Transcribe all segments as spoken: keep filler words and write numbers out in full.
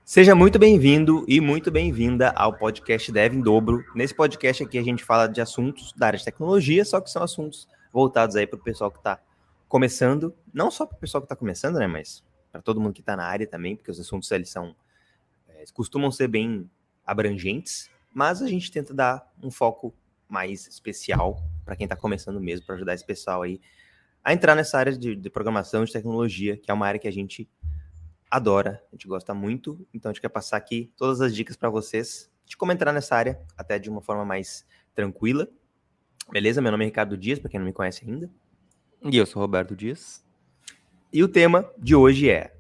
Seja muito bem-vindo e muito bem-vinda ao podcast Dev em Dobro. Nesse podcast aqui a gente fala de assuntos da área de tecnologia, só que são assuntos voltados aí para o pessoal que está começando, não só para o pessoal que está começando, né, mas para todo mundo que está na área também, porque os assuntos eles são, eles costumam ser bem abrangentes, mas a gente tenta dar um foco mais especial para quem está começando mesmo, para ajudar esse pessoal aí a entrar nessa área de, de programação, de tecnologia, que é uma área que a gente adora, a gente gosta muito, então a gente quer passar aqui todas as dicas para vocês de como entrar nessa área, até de uma forma mais tranquila. Beleza? Meu nome é Ricardo Dias, para quem não me conhece ainda. E eu sou Roberto Dias. E o tema de hoje é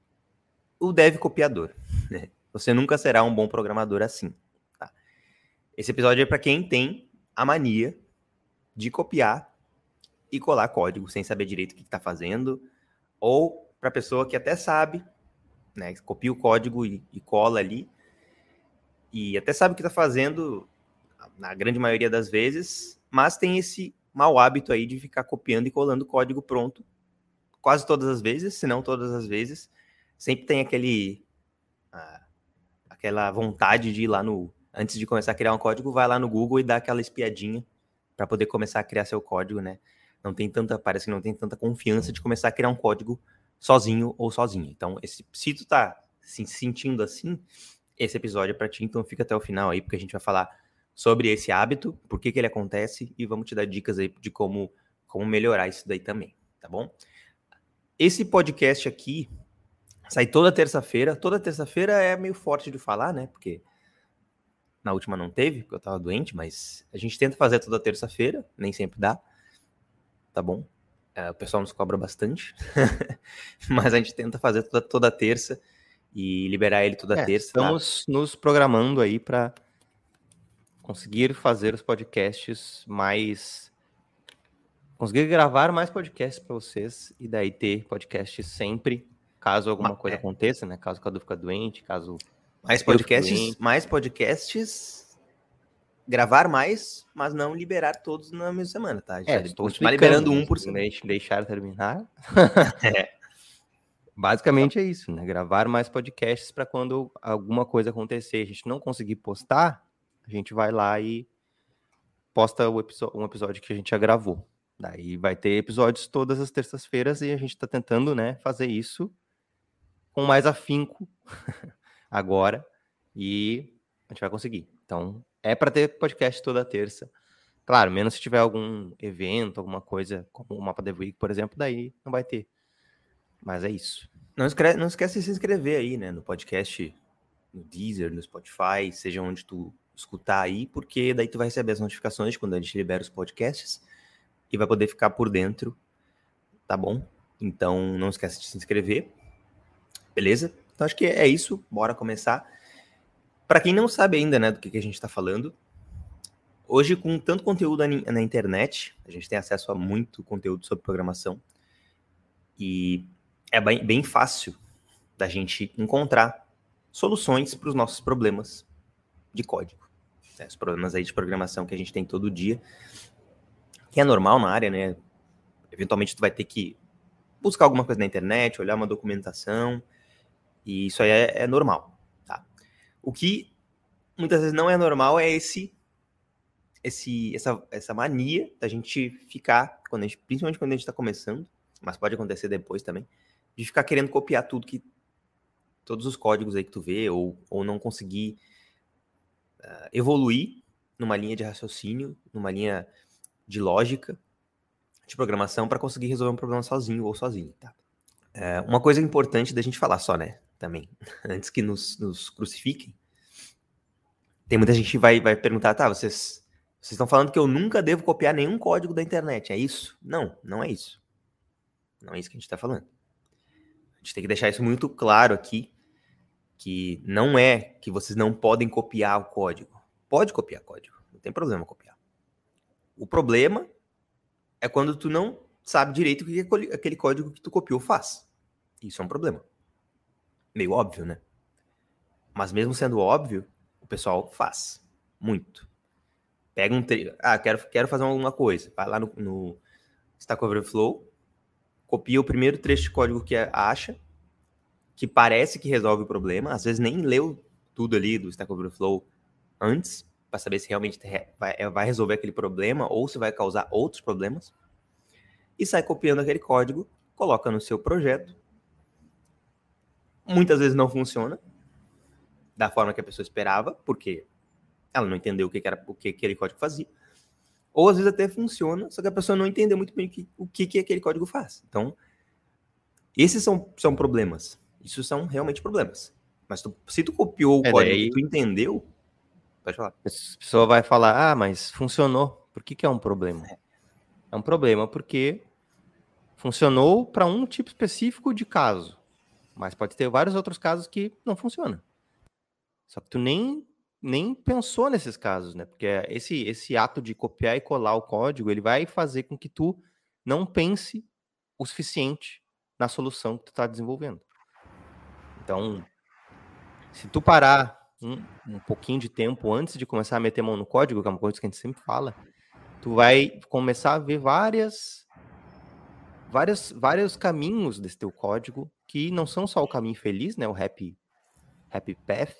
o Dev Copiador. Você nunca será um bom programador assim. Tá? Esse episódio é para quem tem a mania de copiar e colar código sem saber direito o que está fazendo, ou para pessoa que até sabe, né, copia o código e, e cola ali, e até sabe o que está fazendo na grande maioria das vezes, mas tem esse mau hábito aí de ficar copiando e colando código pronto quase todas as vezes, se não todas as vezes. Sempre tem aquele ah, aquela vontade de ir lá no... Antes de começar a criar um código, vai lá no Google e dá aquela espiadinha para poder começar a criar seu código, né? Não tem tanta, parece que não tem tanta confiança de começar a criar um código sozinho ou sozinha. Então, esse, se tu tá se sentindo assim, esse episódio é pra ti, então fica até o final aí, porque a gente vai falar sobre esse hábito, por que que ele acontece, e vamos te dar dicas aí de como, como melhorar isso daí também, tá bom? Esse podcast aqui sai toda terça-feira. Toda terça-feira é meio forte de falar, né? Porque na última não teve, porque eu tava doente, mas a gente tenta fazer toda terça-feira, nem sempre dá, tá bom? É, o pessoal nos cobra bastante, mas a gente tenta fazer toda, toda terça e liberar ele toda é, terça. Estamos tá? nos programando aí para conseguir fazer os podcasts mais... Conseguir gravar mais podcasts para vocês e daí ter podcasts sempre, caso alguma coisa é. aconteça, né? Caso o Cadu fica doente, caso... Mais podcasts, mais podcasts... Gravar mais, mas não liberar todos na mesma semana, tá? É, estou liberando um por semana. Deixar terminar. É. Basicamente é isso, né? Gravar mais podcasts para quando alguma coisa acontecer, a gente não conseguir postar, a gente vai lá e posta o episódio, um episódio que a gente já gravou. Daí vai ter episódios todas as terças-feiras e a gente tá tentando, né, fazer isso com mais afinco agora e a gente vai conseguir. Então, é para ter podcast toda terça. Claro, menos se tiver algum evento, alguma coisa, como o Mapa Dev Week, por exemplo, daí não vai ter. Mas é isso. Não, esquece, não esquece de se inscrever aí, né, no podcast, no Deezer, no Spotify, seja onde tu escutar aí, porque daí tu vai receber as notificações quando a gente libera os podcasts e vai poder ficar por dentro, tá bom? Então, não esquece de se inscrever, beleza? Então, acho que é isso, bora começar. Para quem não sabe ainda, né, do que, que a gente tá falando, hoje, com tanto conteúdo na, na internet, a gente tem acesso a muito conteúdo sobre programação e é bem, bem fácil da gente encontrar soluções para os nossos problemas de código. Né? Os problemas aí de programação que a gente tem todo dia, que é normal na área, né? Eventualmente tu vai ter que buscar alguma coisa na internet, olhar uma documentação, e isso aí é, é normal, tá? O que muitas vezes não é normal é esse, esse, essa, essa mania da gente ficar, quando a gente, principalmente quando a gente está começando, mas pode acontecer depois também, de ficar querendo copiar tudo que todos os códigos aí que tu vê, ou, ou não conseguir uh, evoluir numa linha de raciocínio, numa linha de lógica, de programação, para conseguir resolver um problema sozinho ou sozinho, tá? Uh, uma coisa importante da gente falar só, né, também, antes que nos, nos crucifiquem, tem muita gente que vai, vai perguntar, tá, vocês, vocês estão falando que eu nunca devo copiar nenhum código da internet, é isso? Não, não é isso. Não é isso que a gente está falando. A gente tem que deixar isso muito claro aqui, que não é que vocês não podem copiar o código. Pode copiar código, não tem problema copiar. O problema é quando tu não sabe direito o que aquele código que tu copiou faz. Isso é um problema. Meio óbvio, né? Mas mesmo sendo óbvio, o pessoal faz. Muito. Pega um... Tre... Ah, quero, quero fazer alguma coisa. Vai lá no, no Stack Overflow, copia o primeiro trecho de código que acha, que parece que resolve o problema, às vezes nem leu tudo ali do Stack Overflow antes, para saber se realmente vai, vai resolver aquele problema ou se vai causar outros problemas, e sai copiando aquele código, coloca no seu projeto. Muitas vezes não funciona da forma que a pessoa esperava, porque ela não entendeu o que, era, o que aquele código fazia. Ou às vezes até funciona, só que a pessoa não entendeu muito bem o que, o que, que aquele código faz. Então, esses são, são problemas. Isso são realmente problemas. Mas tu, se tu copiou o É, código daí... e tu entendeu, pode falar. A pessoa vai falar, ah, mas funcionou. Por que, que é um problema? É um problema porque funcionou para um tipo específico de caso. Mas pode ter vários outros casos que não funcionam. Só que tu nem, nem pensou nesses casos, né? Porque esse, esse ato de copiar e colar o código, ele vai fazer com que tu não pense o suficiente na solução que tu está desenvolvendo. Então, se tu parar um, um pouquinho de tempo antes de começar a meter mão no código, que é uma coisa que a gente sempre fala, tu vai começar a ver várias, várias, vários caminhos desse teu código, que não são só o caminho feliz, né? O happy, happy path,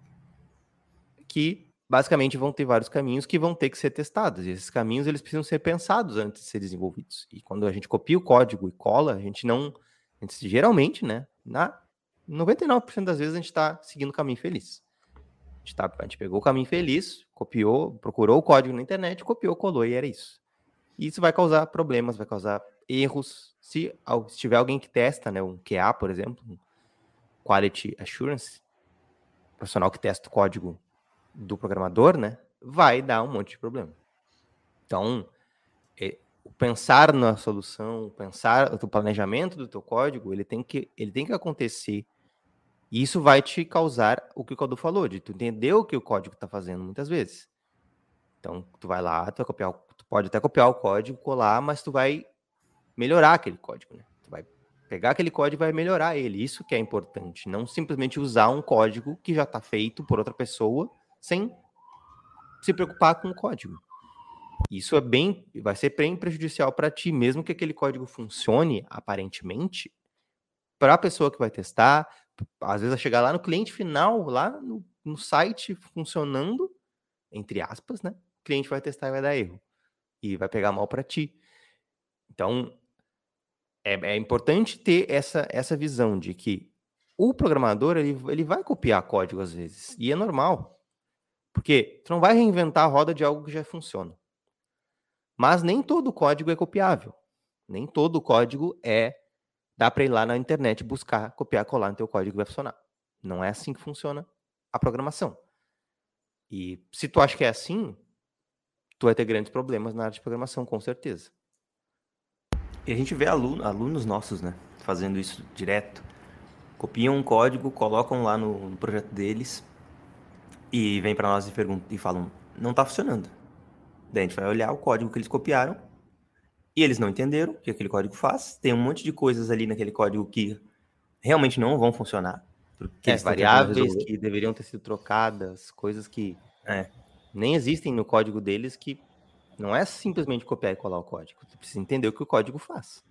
que basicamente vão ter vários caminhos que vão ter que ser testados. E esses caminhos, eles precisam ser pensados antes de ser desenvolvidos. E quando a gente copia o código e cola, a gente não... A gente, geralmente, né? Na noventa e nove por cento das vezes a gente está seguindo o caminho feliz. A gente, tá, a gente pegou o caminho feliz, copiou, procurou o código na internet, copiou, colou e era isso. E isso vai causar problemas, vai causar erros. Se, se tiver alguém que testa, né, um Q A, por exemplo, um Quality Assurance, profissional que testa o código do programador, né, vai dar um monte de problema. Então, é, o pensar na solução, pensar o planejamento do teu código, ele tem que, ele tem que acontecer. E isso vai te causar o que o Cadu falou, de tu entender o que o código está fazendo muitas vezes. Então, tu vai lá, tu vai copiar, tu pode até copiar o código, colar, mas tu vai melhorar aquele código, né? Tu vai pegar aquele código e vai melhorar ele. Isso que é importante. Não simplesmente usar um código que já está feito por outra pessoa sem se preocupar com o código. Isso é bem, vai ser bem prejudicial para ti, mesmo que aquele código funcione, aparentemente, para a pessoa que vai testar, às vezes vai chegar lá no cliente final, lá no, no site funcionando, entre aspas, né? O cliente vai testar e vai dar erro. E vai pegar mal para ti. Então, é, é importante ter essa, essa visão de que o programador, ele, ele vai copiar código às vezes. E é normal. Porque tu não vai reinventar a roda de algo que já funciona. Mas nem todo código é copiável. Nem todo código é... Dá para ir lá na internet buscar, copiar, colar no teu código e vai funcionar. Não é assim que funciona a programação. E se tu acha que é assim, tu vai ter grandes problemas na área de programação, com certeza. E a gente vê aluno, alunos nossos, né, fazendo isso direto. Copiam um código, colocam lá no, no projeto deles e vêm para nós e, perguntam, e falam, não está funcionando. Daí a gente vai olhar o código que eles copiaram e eles não entenderam o que aquele código faz. Tem um monte de coisas ali naquele código que realmente não vão funcionar. É, variáveis que deveriam ter sido trocadas, coisas que é. nem existem no código deles, que não é simplesmente copiar e colar o código. Você precisa entender o que o código faz.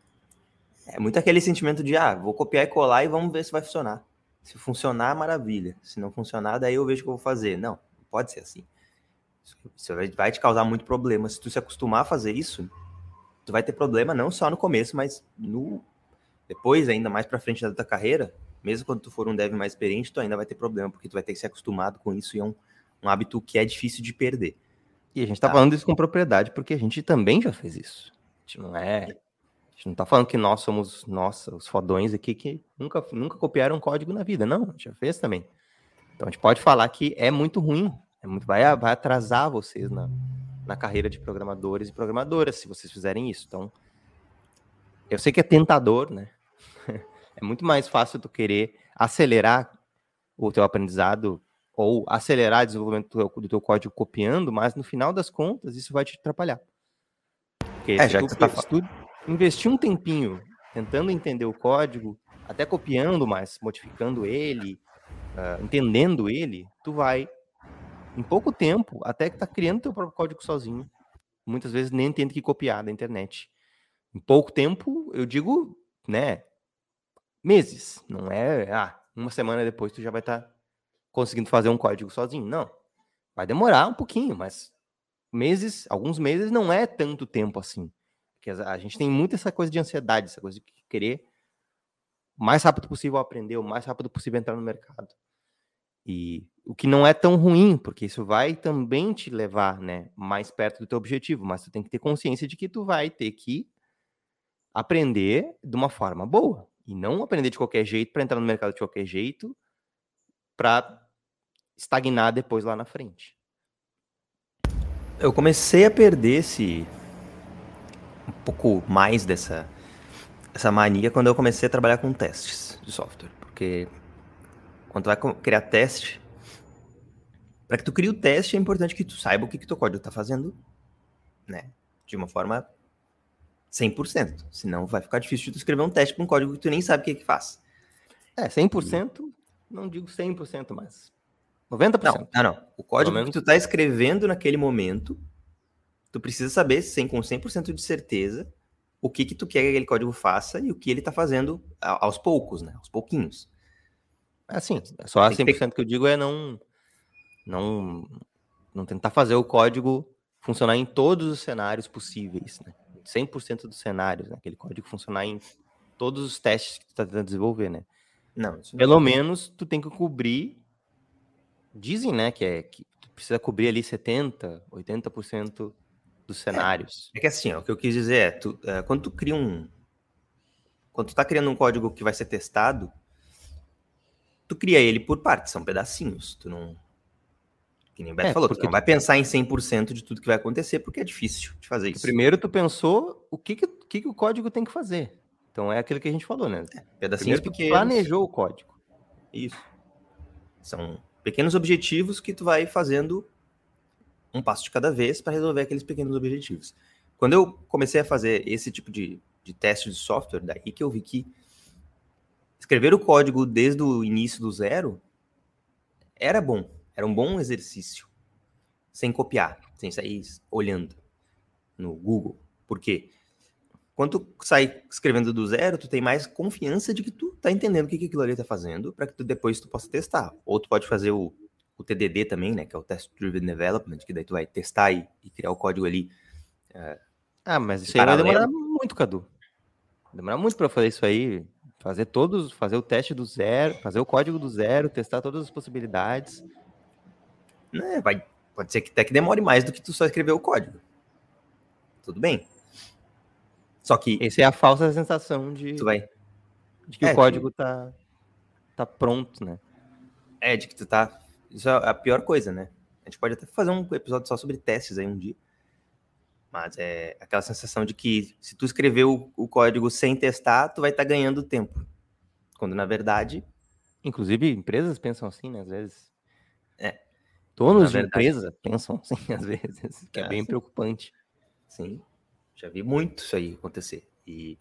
É muito aquele sentimento de, ah, vou copiar e colar e vamos ver se vai funcionar. Se funcionar, maravilha. Se não funcionar, daí eu vejo o que eu vou fazer. Não, não pode ser assim. Isso vai te causar muito problema. Se tu se acostumar a fazer isso, tu vai ter problema não só no começo, mas no depois, ainda mais pra frente da tua carreira, mesmo quando tu for um dev mais experiente, tu ainda vai ter problema, porque tu vai ter que ser acostumado com isso e é um, um hábito que é difícil de perder. E a gente tá, tá falando isso com propriedade, porque a gente também já fez isso. A gente não é... A gente não tá falando que nós somos, nossa, os fodões aqui que nunca, nunca copiaram um código na vida. Não, a gente já fez também. Então a gente pode falar que é muito ruim, é muito, vai, vai atrasar vocês na, na carreira de programadores e programadoras, se vocês fizerem isso. Então, eu sei que é tentador, né? É muito mais fácil tu querer acelerar o teu aprendizado ou acelerar o desenvolvimento do teu, do teu código copiando, mas no final das contas isso vai te atrapalhar. Porque é, se, já tu, que tá... se tu investir um tempinho tentando entender o código, até copiando, mas modificando ele, uh, entendendo ele, tu vai, em pouco tempo, até que tá criando teu próprio código sozinho. Muitas vezes nem tendo que copiar da internet. Em pouco tempo, eu digo, né, meses. Não é, ah, uma semana depois tu já vai estar tá conseguindo fazer um código sozinho. Não. Vai demorar um pouquinho, mas meses, alguns meses não é tanto tempo assim. Porque a gente tem muito essa coisa de ansiedade, essa coisa de querer o mais rápido possível aprender, o mais rápido possível entrar no mercado. E o que não é tão ruim, porque isso vai também te levar, né, mais perto do teu objetivo, mas tu tem que ter consciência de que tu vai ter que aprender de uma forma boa, e não aprender de qualquer jeito para entrar no mercado de qualquer jeito, para estagnar depois lá na frente. Eu comecei a perder esse um pouco mais dessa essa mania quando eu comecei a trabalhar com testes de software, porque quando tu vai criar teste, para que tu crie o teste é importante que tu saiba o que que teu código está fazendo, né, de uma forma cem por cento, senão vai ficar difícil de tu escrever um teste para um código que tu nem sabe o que que faz. É, cem por cento, e... não digo cem por cento, mas noventa por cento. Não, não, não. O código menos... que tu tá escrevendo naquele momento, tu precisa saber sem, com cem por cento de certeza o que que tu quer que aquele código faça e o que ele tá fazendo aos poucos, né? Aos pouquinhos. Assim, só cem por cento que, ter... que eu digo é não, não, não tentar fazer o código funcionar em todos os cenários possíveis, né? cem por cento dos cenários, né? Aquele código funcionar em todos os testes que tu tá tentando desenvolver, né? Não, isso não. Pelo menos tu tem que cobrir, dizem, né, que, é, que tu precisa cobrir ali setenta, oitenta por cento dos cenários. É, é que assim, ó, o que eu quis dizer é, tu, é, quando tu cria um... Quando tu tá criando um código que vai ser testado, tu cria ele por partes, são pedacinhos. Tu não... Que nem o Beto é, falou, tu não tu... vai pensar em cem por cento de tudo que vai acontecer, porque é difícil de fazer isso. Primeiro tu pensou o que que, que que o código tem que fazer. Então é aquilo que a gente falou, né? É, pedacinhos Primeiro pequenos. Tu planejou o código. Isso. São pequenos objetivos que tu vai fazendo um passo de cada vez para resolver aqueles pequenos objetivos. Quando eu comecei a fazer esse tipo de, de teste de software, daí que eu vi que escrever o código desde o início do zero era bom, era um bom exercício, sem copiar, sem sair olhando no Google. Por quê? Quando tu sai escrevendo do zero, tu tem mais confiança de que tu tá entendendo o que, que aquilo ali tá fazendo, para que tu depois tu possa testar. Ou tu pode fazer o, o T D D também, né, que é o Test Driven Development, que daí tu vai testar e, e criar o código ali. É, ah, mas isso aí vai demorar muito, Cadu. Vai demorar muito para fazer isso aí, fazer todos, fazer o teste do zero, fazer o código do zero, testar todas as possibilidades. Né, vai, pode ser que até que demore mais do que tu só escrever o código. Tudo bem. Só que... Essa é a falsa sensação de, tu vai... de que é, o código que... tá, tá pronto, né? É, de que tu tá... Isso é a pior coisa, né? A gente pode até fazer um episódio só sobre testes aí um dia. Mas é aquela sensação de que se tu escrever o, o código sem testar, tu vai estar tá ganhando tempo. Quando, na verdade... Inclusive, empresas pensam assim, né? Às vezes. É. Donos de verdade, empresa pensam assim, às vezes. Que é, é bem assim. preocupante. Sim. Já vi muito isso aí acontecer. E,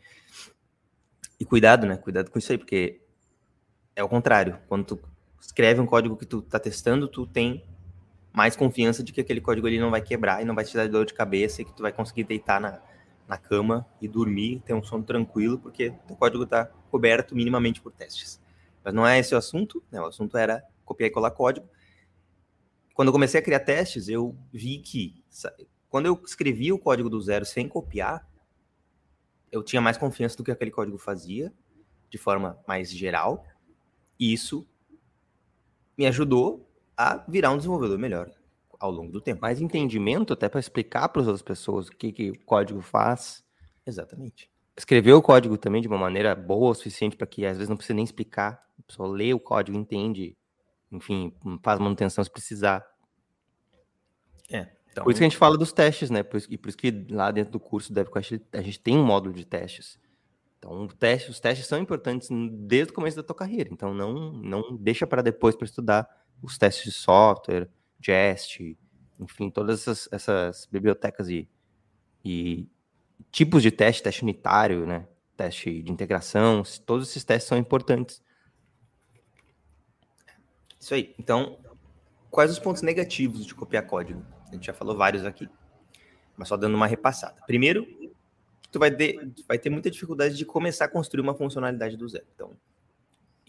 e cuidado, né? Cuidado com isso aí, porque é o contrário. Quando tu escreve um código que tu tá testando, tu tem mais confiança de que aquele código ali não vai quebrar e não vai te dar dor de cabeça e que tu vai conseguir deitar na, na cama e dormir, ter um sono tranquilo, porque o código tá coberto minimamente por testes. Mas não é esse o assunto, né? O assunto era copiar e colar código. Quando eu comecei a criar testes, eu vi que... Quando eu escrevia o código do zero sem copiar, eu tinha mais confiança do que aquele código fazia, de forma mais geral, e isso me ajudou a virar um desenvolvedor melhor ao longo do tempo. Mais entendimento até para explicar para as outras pessoas o que, que o código faz. Exatamente. Escrever o código também de uma maneira boa o suficiente para que às vezes não precisa nem explicar, a pessoa lê o código, entende, enfim, faz manutenção se precisar. É. Então... Por isso que a gente fala dos testes, né? Por isso, e por isso que lá dentro do curso do DevQuest a gente tem um módulo de testes. Então, o teste, os testes são importantes desde o começo da tua carreira. Então, não, não deixa para depois para estudar os testes de software, Jest, enfim, todas essas, essas bibliotecas e, e tipos de teste, teste unitário, né? Teste de integração, todos esses testes são importantes. Isso aí. Então, quais os pontos negativos de copiar código? A gente já falou vários aqui, mas só dando uma repassada. Primeiro, tu vai ter, vai ter muita dificuldade de começar a construir uma funcionalidade do zero. Então,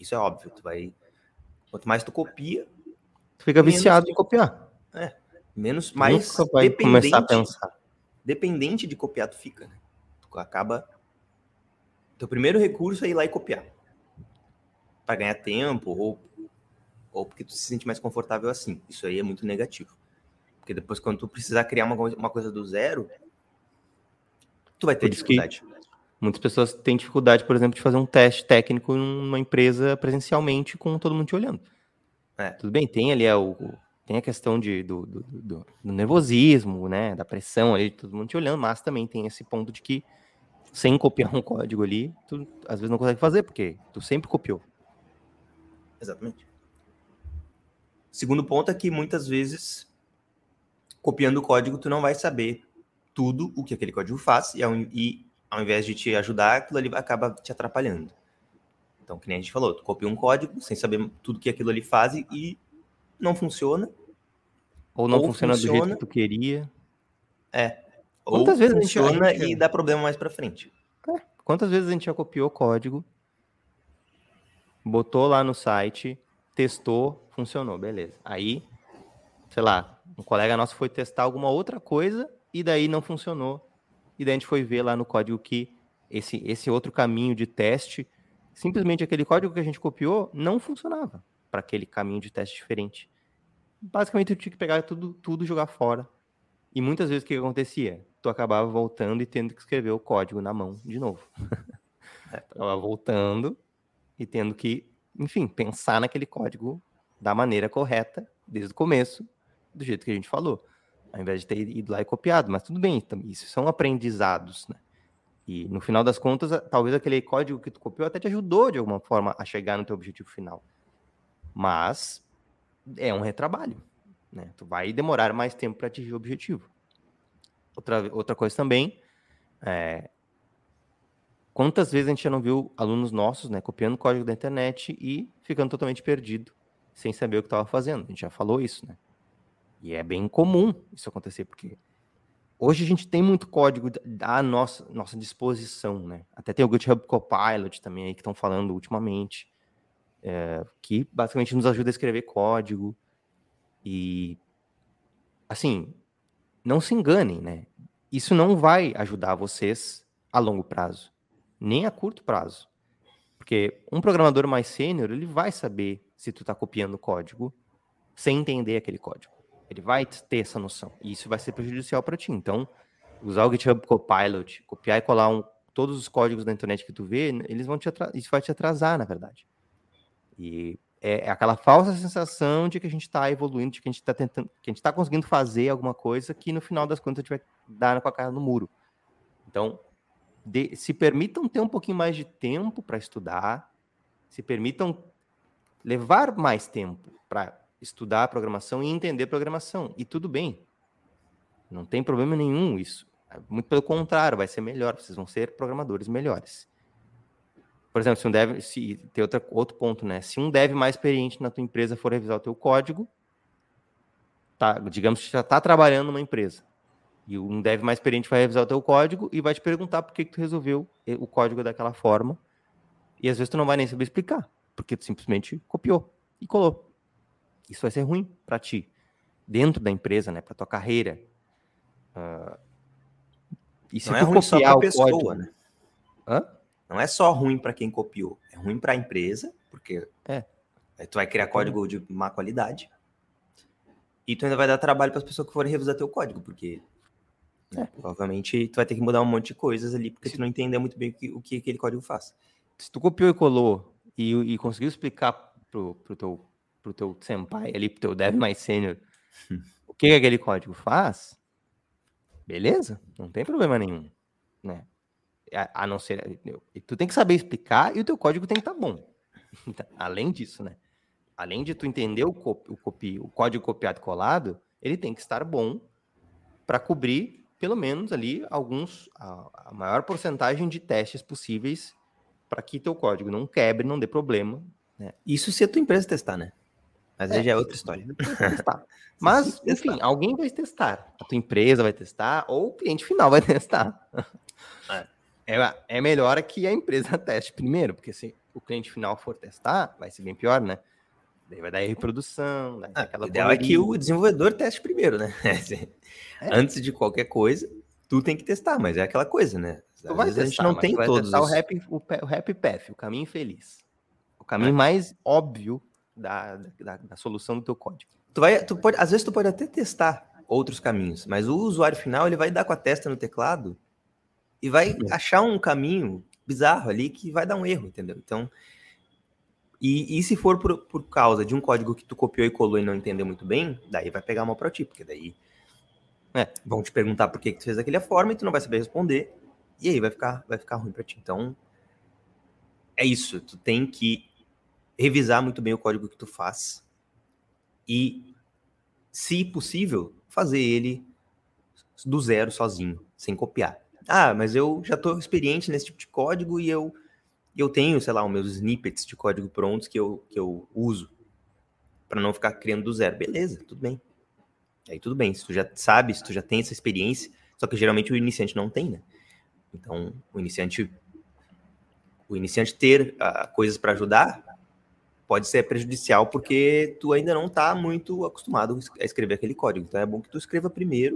Isso é óbvio. Tu vai... Quanto mais tu copia... Tu fica viciado em copiar. É. Menos, mais vai começar a pensar. Dependente de copiar tu fica, né? Tu acaba... Teu primeiro recurso é ir lá e copiar. Para ganhar tempo ou, ou porque tu se sente mais confortável assim. Isso aí é muito negativo. Porque depois, quando tu precisar criar uma, uma coisa do zero, tu vai ter dificuldade. Muitas pessoas têm dificuldade, por exemplo, de fazer um teste técnico numa empresa presencialmente com todo mundo te olhando. É. Tudo bem, tem ali a, o, tem a questão de, do, do, do, do nervosismo, né, da pressão ali, de todo mundo te olhando, mas também tem esse ponto de que sem copiar um código ali, tu às vezes não consegue fazer, porque tu sempre copiou. Exatamente. Segundo ponto é que muitas vezes, copiando o código, tu não vai saber tudo o que aquele código faz e ao, e, ao invés de te ajudar, aquilo ali acaba te atrapalhando. Então, que nem a gente falou, tu copia um código sem saber tudo que aquilo ali faz e não funciona. Ou não ou funciona, funciona do jeito que tu queria. É. Quantas ou vezes funciona a gente, a gente... e dá problema mais pra frente. É. Quantas vezes a gente já copiou código, botou lá no site, testou, funcionou, beleza. Aí, sei lá, um colega nosso foi testar alguma outra coisa e daí não funcionou. E daí a gente foi ver lá no código que esse, esse outro caminho de teste, simplesmente aquele código que a gente copiou não funcionava para aquele caminho de teste diferente. Basicamente, eu tinha que pegar tudo, tudo e jogar fora. E muitas vezes o que acontecia? Tu acabava voltando e tendo que escrever o código na mão de novo. Acabava voltando e tendo que, enfim, pensar naquele código da maneira correta, desde o começo, do jeito que a gente falou, ao invés de ter ido lá e copiado. Mas tudo bem, isso são aprendizados, né? E no final das contas, talvez aquele código que tu copiou até te ajudou de alguma forma a chegar no teu objetivo final. Mas é um retrabalho, né? Tu vai demorar mais tempo para atingir o objetivo. Outra, outra coisa também, é, quantas vezes a gente já não viu alunos nossos, né, copiando código da internet e ficando totalmente perdido, sem saber o que estava fazendo? A gente já falou isso, né? E é bem comum isso acontecer, porque hoje a gente tem muito código à nossa, nossa disposição, né? Até tem o GitHub Copilot também aí que estão falando ultimamente, é, que basicamente nos ajuda a escrever código. E, assim, não se enganem, né? Isso não vai ajudar vocês a longo prazo, nem a curto prazo. Porque um programador mais sênior, ele vai saber se tu tá copiando código sem entender aquele código. Ele vai ter essa noção. E isso vai ser prejudicial para ti. Então, usar o GitHub Copilot, copiar e colar um, todos os códigos da internet que tu vê, eles vão te atrasar, isso vai te atrasar, na verdade. E é aquela falsa sensação de que a gente está evoluindo, de que a gente está tentando, que a gente está conseguindo fazer alguma coisa que no final das contas a gente vai dar com a cara no muro. Então, de, se permitam ter um pouquinho mais de tempo para estudar, se permitam levar mais tempo para estudar a programação e entender programação. E tudo bem. Não tem problema nenhum isso. Muito pelo contrário, vai ser melhor. Vocês vão ser programadores melhores. Por exemplo, se um dev, se tem outra, outro ponto, né? Se um dev mais experiente na tua empresa for revisar o teu código, tá, digamos que já está trabalhando numa empresa, e um dev mais experiente vai revisar o teu código e vai te perguntar por que, que tu resolveu o código daquela forma, e às vezes tu não vai nem saber explicar, porque tu simplesmente copiou e colou. Isso vai ser ruim para ti, dentro da empresa, né? Para tua carreira. Uh, e se não tu é ruim copiar só pra o pessoa, código, né? Hã? Não é só ruim para quem copiou, é ruim para a empresa, porque é. aí tu vai criar código de má qualidade e tu ainda vai dar trabalho para as pessoas que forem revisar teu código, porque né, é. provavelmente tu vai ter que mudar um monte de coisas ali, porque se... tu não entendeu muito bem o que, o que aquele código faz. Se tu copiou e colou e, e conseguiu explicar pro, pro, teu, pro teu senpai ali, pro teu dev mais sênior, o que aquele código faz, beleza, não tem problema nenhum, né? A não ser, tu tem que saber explicar e o teu código tem que estar bom. Além disso, né? Além de tu entender o, copi, o, copi, o código copiado e colado, ele tem que estar bom para cobrir, pelo menos ali, alguns, a, a maior porcentagem de testes possíveis para que teu código não quebre, não dê problema. Né? Isso se a tua empresa testar, né? Mas aí é, já é outra história. Testar. Mas, enfim, testar. Alguém vai testar. A tua empresa vai testar ou o cliente final vai testar. É. É, é melhor que a empresa teste primeiro, porque assim, o cliente final for testar, vai ser bem pior, né? Daí vai dar reprodução, vai Ah, aquela o ideal é que o desenvolvedor teste primeiro, né? É. Antes de qualquer coisa, tu tem que testar, mas é aquela coisa, né? Às tu vai vezes testar, a gente não mas tem tu vai todos testar os... o happy, o, o happy path, o caminho feliz. O caminho É. mais óbvio da, da, da solução do teu código. Tu vai, tu pode, às vezes tu pode até testar outros caminhos, mas o usuário final ele vai dar com a testa no teclado e vai É. achar um caminho bizarro ali que vai dar um erro, entendeu? Então, e, e se for por, por causa de um código que tu copiou e colou e não entendeu muito bem, daí vai pegar mal pra ti, porque daí é, vão te perguntar por que, que tu fez daquela forma e tu não vai saber responder, e aí vai ficar, vai ficar ruim pra ti. Então, é isso, tu tem que revisar muito bem o código que tu faz e, se possível, fazer ele do zero sozinho, sem copiar. Ah, mas eu já tô experiente nesse tipo de código e eu, eu tenho, sei lá, os meus snippets de código prontos que eu, que eu uso para não ficar criando do zero. Beleza, tudo bem. Aí tudo bem, se tu já sabe, se tu já tem essa experiência, só que geralmente o iniciante não tem, né? Então, o iniciante o iniciante ter uh, coisas para ajudar pode ser prejudicial porque tu ainda não tá muito acostumado a escrever aquele código. Então é bom que tu escreva primeiro,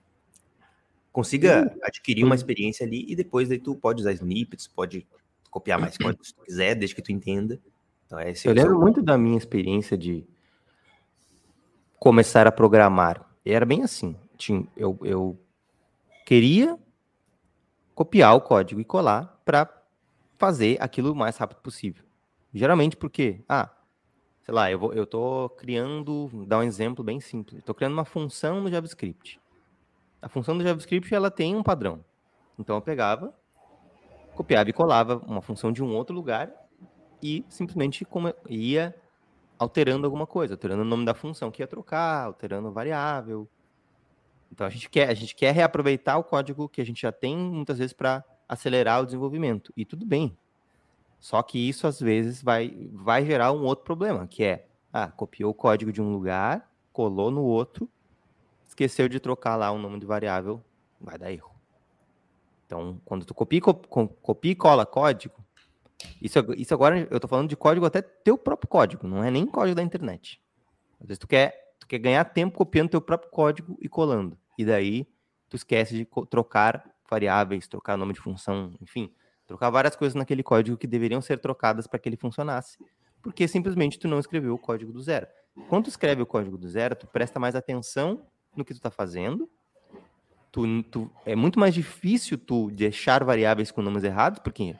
consiga adquirir uma experiência ali e depois aí tu pode usar snippets, pode copiar mais código se tu quiser, desde que tu entenda. Então é esse Eu lembro seu... muito da minha experiência de começar a programar. E era bem assim. Tinha, eu, eu queria copiar o código e colar para fazer aquilo o mais rápido possível. Geralmente porque, ah, sei lá, eu, vou, eu tô criando, vou dar um exemplo bem simples. Estou criando uma função no JavaScript. A função do JavaScript, ela tem um padrão. Então eu pegava, copiava e colava uma função de um outro lugar e simplesmente ia alterando alguma coisa, alterando o nome da função que ia trocar, alterando a variável. Então a gente quer, a gente quer reaproveitar o código que a gente já tem muitas vezes para acelerar o desenvolvimento. E tudo bem. Só que isso às vezes vai, vai gerar um outro problema, que é, ah, copiou o código de um lugar, colou no outro, esqueceu de trocar lá o nome de variável, vai dar erro. Então, quando tu copia, copia e cola código, isso, isso agora eu tô falando de código até teu próprio código, não é nem código da internet. Às vezes tu quer, tu quer ganhar tempo copiando teu próprio código e colando. E daí tu esquece de trocar variáveis, trocar nome de função, enfim, trocar várias coisas naquele código que deveriam ser trocadas para que ele funcionasse. Porque simplesmente tu não escreveu o código do zero. Quando tu escreve o código do zero, tu presta mais atenção no que tu tá fazendo. Tu, tu, é muito mais difícil tu deixar variáveis com nomes errados, porque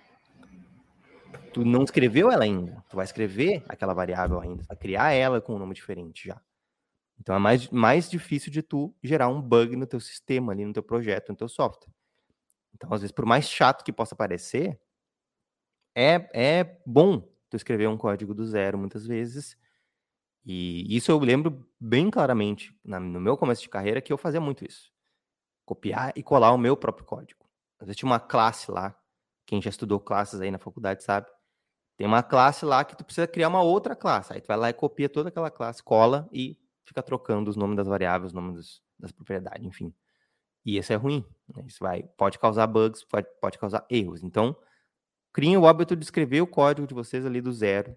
tu não escreveu ela ainda. Tu vai escrever aquela variável ainda, tu vai criar ela com um nome diferente já. Então é mais, mais difícil de tu gerar um bug no teu sistema, ali no teu projeto, no teu software. Então, às vezes, por mais chato que possa parecer, é, é bom tu escrever um código do zero muitas vezes. E isso eu lembro bem claramente na, no meu começo de carreira que eu fazia muito isso. Copiar e colar o meu próprio código. Às vezes tinha uma classe lá, quem já estudou classes aí na faculdade sabe, tem uma classe lá que tu precisa criar uma outra classe. Aí tu vai lá e copia toda aquela classe, cola e fica trocando os nomes das variáveis, os nomes dos, das propriedades, enfim. E isso é ruim. Né? Isso vai, pode causar bugs, pode, pode causar erros. Então, criem o hábito de escrever o código de vocês ali do zero.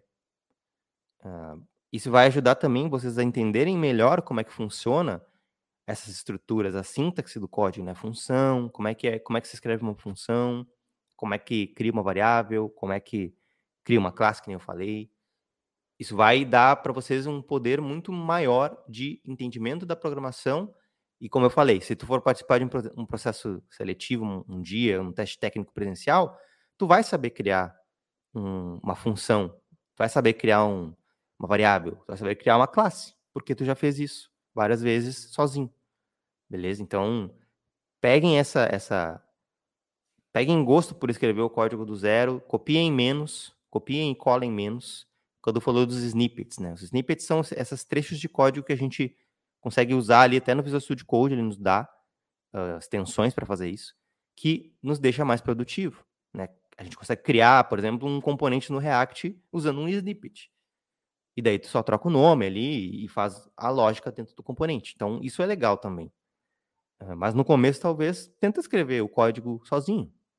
Uh, isso vai ajudar também vocês a entenderem melhor como é que funciona essas estruturas, a sintaxe do código, né? Função, como é que é, como é que se escreve uma função, como é que cria uma variável, como é que cria uma classe, que nem eu falei. Isso vai dar para vocês um poder muito maior de entendimento da programação. E como eu falei, se tu for participar de um, um processo seletivo, um, um dia, um teste técnico presencial, tu vai saber criar um, uma função, tu vai saber criar um, uma variável, tu vai saber criar uma classe, porque tu já fez isso várias vezes sozinho. Beleza? Então, peguem essa, essa... Peguem gosto por escrever o código do zero, copiem menos, copiem e colem menos. Quando falou dos snippets, né? Os snippets são esses trechos de código que a gente consegue usar ali, até no Visual Studio Code, ele nos dá uh, extensões para fazer isso, que nos deixa mais produtivo, né? A gente consegue criar, por exemplo, um componente no React usando um snippet. E daí tu só troca o nome ali e faz a lógica dentro do componente. Então, isso é legal também. Uh, mas no começo, talvez, tenta escrever o código sozinho.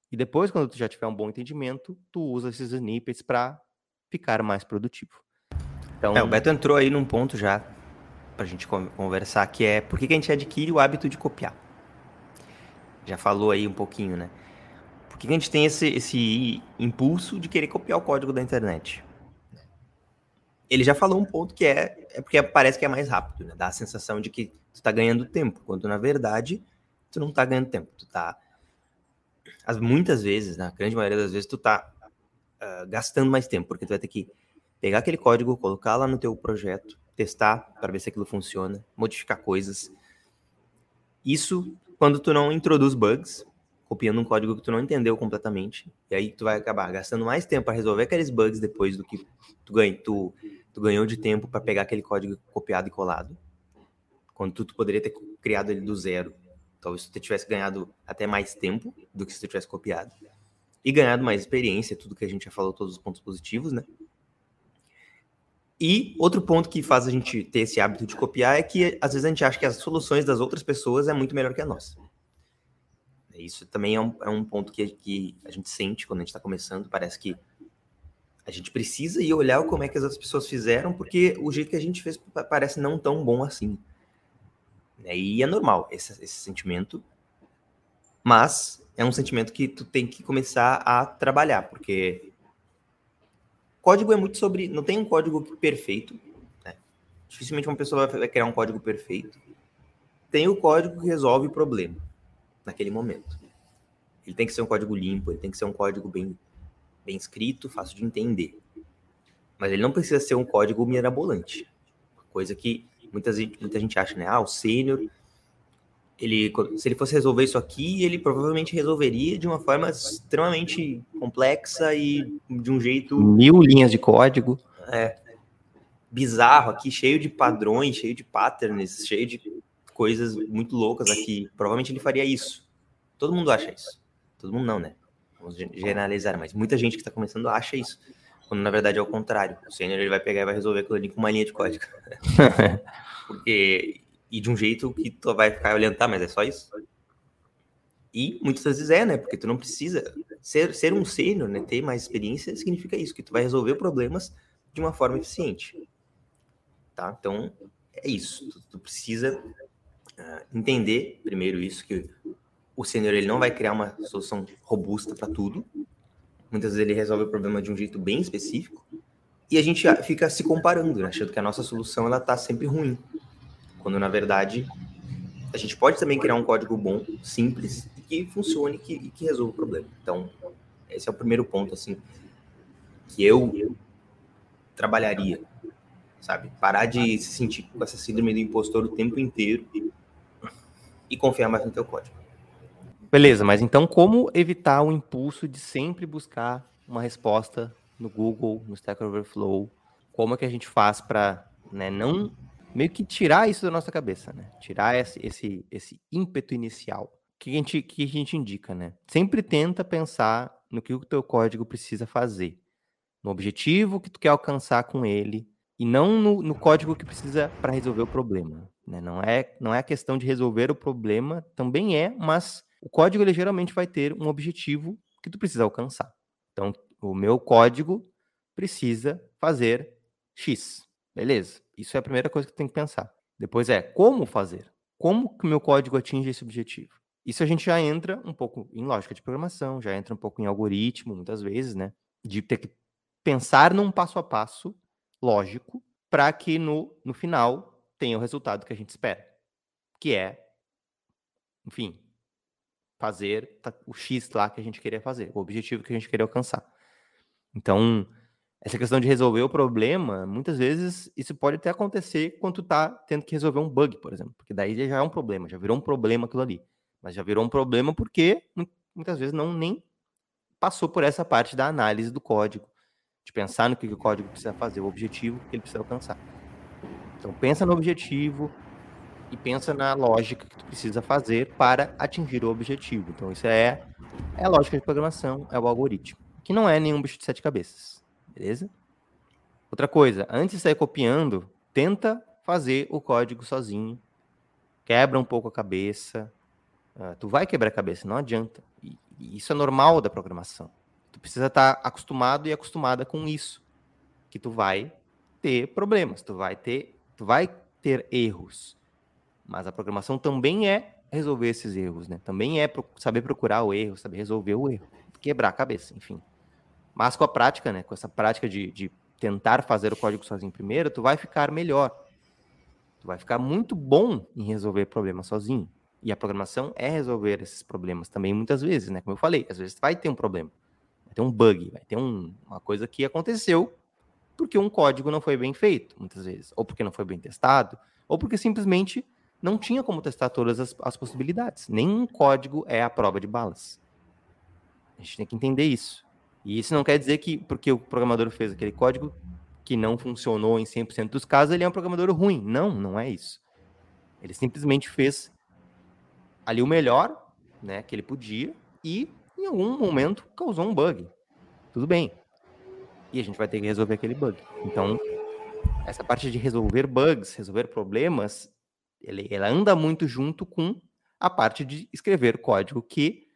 E depois, quando tu já tiver um bom entendimento, tu usa esses snippets para ficar mais produtivo. Então, É, o Beto entrou aí num ponto já pra gente conversar, que é por que que a gente adquire o hábito de copiar. Já falou aí um pouquinho, né? Por que que a gente tem esse, esse impulso de querer copiar o código da internet? Ele já falou um ponto que é, é porque parece que é mais rápido, né? Dá a sensação de que tu tá ganhando tempo, quando na verdade tu não tá ganhando tempo. Tu tá, as, muitas vezes, na grande maioria das vezes, tu tá uh, gastando mais tempo, porque tu vai ter que pegar aquele código, colocar lá no teu projeto, testar para ver se aquilo funciona, modificar coisas. Isso quando tu não introduz bugs, copiando um código que tu não entendeu completamente, e aí tu vai acabar gastando mais tempo para resolver aqueles bugs depois do que tu, ganha, tu, tu ganhou de tempo para pegar aquele código copiado e colado, quando tu, tu poderia ter criado ele do zero. Talvez tu tivesse ganhado até mais tempo do que se tu tivesse copiado, e ganhado mais experiência, tudo que a gente já falou, todos os pontos positivos, né? E outro ponto que faz a gente ter esse hábito de copiar é que às vezes a gente acha que as soluções das outras pessoas é muito melhor que a nossa. Isso também é um, é um ponto que, que a gente sente quando a gente está começando. Parece que a gente precisa ir olhar como é que as outras pessoas fizeram, porque o jeito que a gente fez parece não tão bom assim. E é normal esse, esse sentimento, mas é um sentimento que tu tem que começar a trabalhar, porque código é muito sobre... Não tem um código perfeito, né? Dificilmente uma pessoa vai criar um código perfeito. Tem o código que resolve o problema naquele momento. Ele tem que ser um código limpo, ele tem que ser um código bem, bem escrito, fácil de entender. Mas ele não precisa ser um código mirabolante. Coisa que muita gente, muita gente acha, né? Ah, o sênior, ele, se ele fosse resolver isso aqui, ele provavelmente resolveria de uma forma extremamente complexa e de um jeito... Mil linhas de código. É, bizarro aqui, cheio de padrões, cheio de patterns, cheio de coisas muito loucas aqui. Provavelmente ele faria isso. Todo mundo acha isso. Todo mundo não, né? Vamos generalizar, mas muita gente que está começando acha isso. Quando na verdade é o contrário. O sênior ele vai pegar e vai resolver aquilo ali com uma linha de código. Porque... E de um jeito que tu vai ficar olhando, tá, mas é só isso? E muitas vezes é, né? Porque tu não precisa... Ser, ser um sênior, né? Ter mais experiência significa isso, que tu vai resolver problemas de uma forma eficiente. Tá? Então, é isso. Tu, tu precisa uh, entender primeiro isso, que o sênior ele não vai criar uma solução robusta para tudo. Muitas vezes ele resolve o problema de um jeito bem específico. E a gente fica se comparando, né? Achando que a nossa solução ela tá sempre ruim. Quando, na verdade, a gente pode também criar um código bom, simples, que funcione e que, que resolva o problema. Então, esse é o primeiro ponto, assim, que eu trabalharia, sabe? Parar de se sentir com essa síndrome do impostor o tempo inteiro e confiar mais no teu código. Beleza, mas então como evitar o impulso de sempre buscar uma resposta no Google, no Stack Overflow? Como é que a gente faz para, né, não... meio que tirar isso da nossa cabeça, né? Tirar esse, esse, esse ímpeto inicial. O que a gente, que a gente indica, né? Sempre tenta pensar no que o teu código precisa fazer. No objetivo que tu quer alcançar com ele. E não no, no código que precisa para resolver o problema. Né? Não é, não é a questão de resolver o problema, também é, mas o código ele geralmente vai ter um objetivo que tu precisa alcançar. Então, o meu código precisa fazer X. Beleza, isso é a primeira coisa que tu tem que pensar. Depois é, como fazer? Como que o meu código atinge esse objetivo? Isso a gente já entra um pouco em lógica de programação, já entra um pouco em algoritmo, muitas vezes, né? De ter que pensar num passo a passo lógico para que no, no final tenha o resultado que a gente espera. Que é, enfim, fazer o X lá que a gente queria fazer, o objetivo que a gente queria alcançar. Então... essa questão de resolver o problema, muitas vezes isso pode até acontecer quando tu tá tendo que resolver um bug, por exemplo. Porque daí já é um problema, já virou um problema aquilo ali. Mas já virou um problema porque muitas vezes não nem passou por essa parte da análise do código. De pensar no que o código precisa fazer, o objetivo que ele precisa alcançar. Então pensa no objetivo e pensa na lógica que tu precisa fazer para atingir o objetivo. Então isso é, é a lógica de programação, é o algoritmo. Que não é nenhum bicho de sete cabeças. Beleza? Outra coisa, antes de sair copiando, tenta fazer o código sozinho. Quebra um pouco a cabeça. Uh, tu vai quebrar a cabeça, não adianta. E E isso é normal da programação. Tu precisa estar acostumado e acostumada com isso, que tu vai ter problemas, tu vai ter, tu vai ter erros. Mas a programação também é resolver esses erros, né? Também é saber procurar o erro, saber resolver o erro, quebrar a cabeça, enfim. Mas com a prática, né? Com essa prática de, de tentar fazer o código sozinho primeiro, tu vai ficar melhor. Tu vai ficar muito bom em resolver problemas sozinho. E a programação é resolver esses problemas também muitas vezes, né? Como eu falei, às vezes vai ter um problema, vai ter um bug, vai ter um, uma coisa que aconteceu porque um código não foi bem feito, muitas vezes. Ou porque não foi bem testado, ou porque simplesmente não tinha como testar todas as, as possibilidades. Nenhum código é a prova de balas. A gente tem que entender isso. E isso não quer dizer que porque o programador fez aquele código que não funcionou em cem por cento dos casos, ele é um programador ruim. Não, não é isso. Ele simplesmente fez ali o melhor, né, que ele podia e em algum momento causou um bug. Tudo bem. E a gente vai ter que resolver aquele bug. Então, essa parte de resolver bugs, resolver problemas, ele, ela anda muito junto com a parte de escrever código que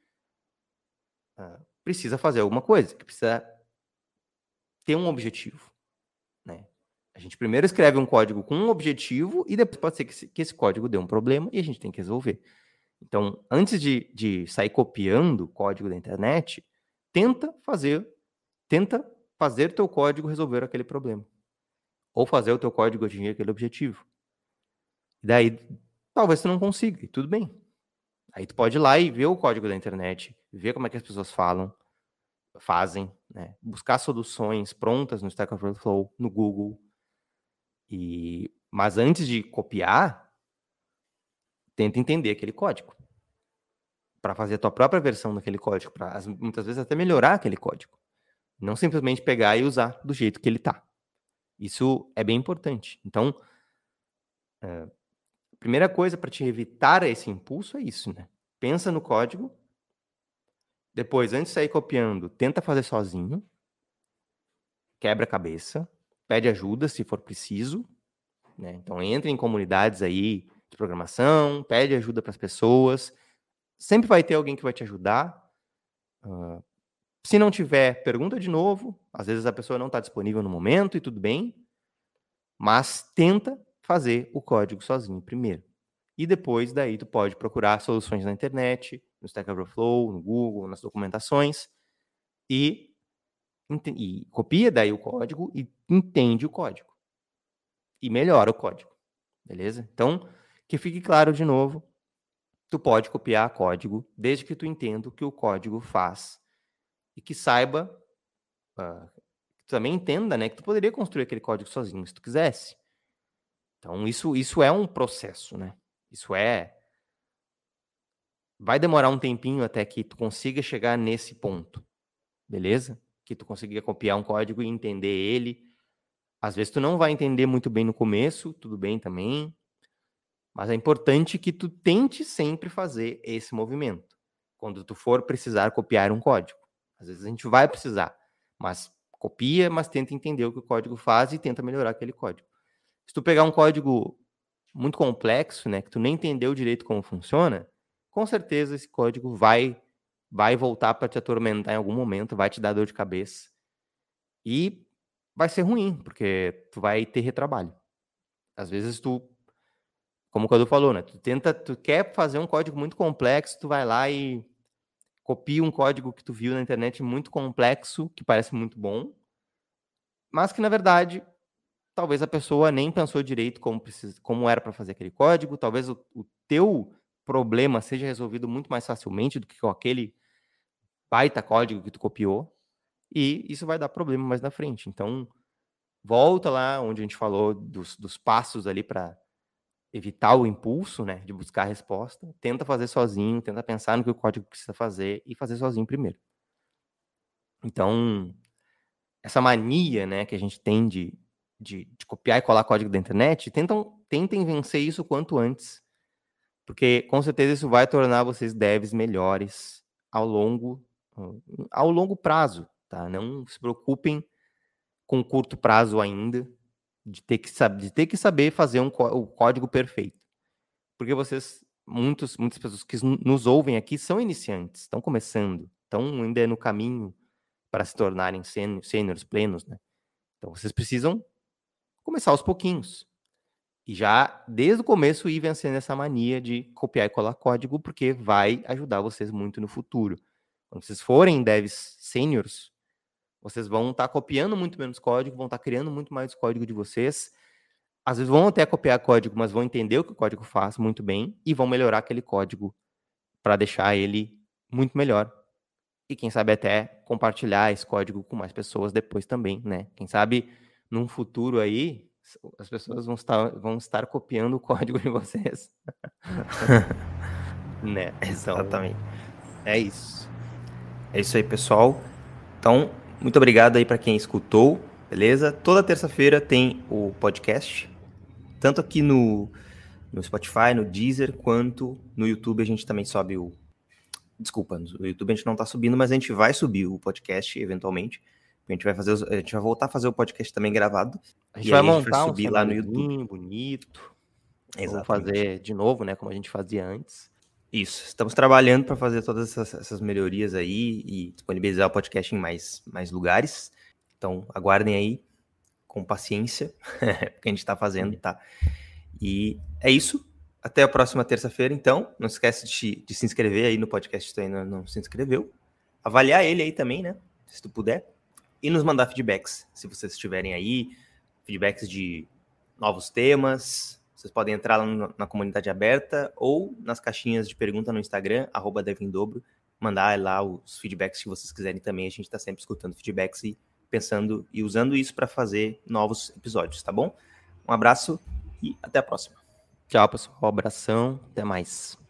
uh, precisa fazer alguma coisa, que precisa ter um objetivo, né? A gente primeiro escreve um código com um objetivo e depois pode ser que esse, que esse código dê um problema e a gente tem que resolver. Então, antes de, de sair copiando o código da internet, tenta fazer, tenta fazer teu código resolver aquele problema. Ou fazer o teu código atingir aquele objetivo. E daí, talvez tu não consiga, e tudo bem. Aí tu pode ir lá e ver o código da internet, ver como é que as pessoas falam, fazem, né? Buscar soluções prontas no Stack Overflow, no Google. E... Mas antes de copiar, tenta entender aquele código. Para fazer a tua própria versão daquele código, para muitas vezes até melhorar aquele código. Não simplesmente pegar e usar do jeito que ele tá. Isso é bem importante. Então, é, a primeira coisa para te evitar esse impulso é isso, né? Pensa no código. Depois, antes de sair copiando, tenta fazer sozinho. Quebra a cabeça. Pede ajuda se for preciso, né? Então, entra em comunidades aí de programação, pede ajuda para as pessoas. Sempre vai ter alguém que vai te ajudar. Uh, se não tiver, pergunta de novo. Às vezes a pessoa não está disponível no momento e tudo bem. Mas tenta fazer o código sozinho primeiro. E depois daí tu pode procurar soluções na internet, no Stack Overflow, no Google, nas documentações. E, e copia daí o código e entende o código. E melhora o código. Beleza? Então, que fique claro de novo. Tu pode copiar código desde que tu entenda o que o código faz e que saiba, uh, que tu também entenda, né, que tu poderia construir aquele código sozinho se tu quisesse. Então isso, isso é um processo, né? Isso é... Vai demorar um tempinho até que tu consiga chegar nesse ponto, beleza? Que tu consiga copiar um código e entender ele. Às vezes tu não vai entender muito bem no começo, tudo bem também. Mas é importante que tu tente sempre fazer esse movimento. Quando tu for precisar copiar um código. Às vezes a gente vai precisar, mas copia, mas tenta entender o que o código faz e tenta melhorar aquele código. Se tu pegar um código muito complexo, né, que tu nem entendeu direito como funciona, com certeza esse código vai, vai voltar para te atormentar em algum momento, vai te dar dor de cabeça. E vai ser ruim, porque tu vai ter retrabalho. Às vezes tu... Como o Cadu falou, né? Tu tenta, tu quer fazer um código muito complexo, tu vai lá e copia um código que tu viu na internet muito complexo, que parece muito bom, mas que, na verdade, talvez a pessoa nem pensou direito como, precisa, como era para fazer aquele código, talvez o, o teu problema seja resolvido muito mais facilmente do que com aquele baita código que tu copiou, e isso vai dar problema mais na frente. Então, volta lá onde a gente falou dos, dos passos ali para evitar o impulso, né, de buscar a resposta, tenta fazer sozinho, tenta pensar no que o código precisa fazer e fazer sozinho primeiro. Então, essa mania, né, que a gente tem de, de, de copiar e colar código da internet, tentam, tentem vencer isso o quanto antes, porque com certeza isso vai tornar vocês devs melhores ao longo, ao longo prazo, tá? Não se preocupem com curto prazo ainda, de ter que, de ter que saber fazer um, o código perfeito. Porque vocês, muitos, muitas pessoas que nos ouvem aqui são iniciantes, estão começando, estão ainda no caminho para se tornarem sêniores plenos, né? Então, vocês precisam começar aos pouquinhos. E já, desde o começo, ir vencendo essa mania de copiar e colar código, porque vai ajudar vocês muito no futuro. Quando vocês forem devs sêniors, vocês vão estar tá copiando muito menos código, vão estar tá criando muito mais código de vocês. Às vezes vão até copiar código, mas vão entender o que o código faz muito bem e vão melhorar aquele código para deixar ele muito melhor. E quem sabe até compartilhar esse código com mais pessoas depois também, né? Quem sabe num futuro aí, as pessoas vão estar, vão estar copiando o código de vocês. Né? Exatamente. Então, é isso. É isso aí, pessoal. Então, muito obrigado aí para quem escutou, beleza? Toda terça-feira tem o podcast, tanto aqui no, no Spotify, no Deezer, quanto no YouTube. A gente também sobe o... Desculpa, no YouTube a gente não tá subindo, mas a gente vai subir o podcast eventualmente. A gente vai fazer, os... a gente vai voltar a fazer o podcast também gravado. A gente vai montar a gente vai subir um lá no YouTube, bonito. Vamos fazer de novo, né, como a gente fazia antes. Isso, estamos trabalhando para fazer todas essas, essas melhorias aí e disponibilizar o podcast em mais, mais lugares. Então, aguardem aí com paciência, porque a gente está fazendo, tá? E é isso. Até a próxima terça-feira, então. Não esquece de, de se inscrever aí no podcast se tu ainda não se inscreveu. Avaliar ele aí também, né? Se tu puder. E nos mandar feedbacks, se vocês estiverem aí. Feedbacks de novos temas. Vocês podem entrar lá no, na comunidade aberta ou nas caixinhas de pergunta no Instagram, arroba devindobro. Mandar lá os feedbacks que vocês quiserem também. A gente está sempre escutando feedbacks e pensando e usando isso para fazer novos episódios, tá bom? Um abraço e até a próxima. Tchau, pessoal. Um abração. Até mais.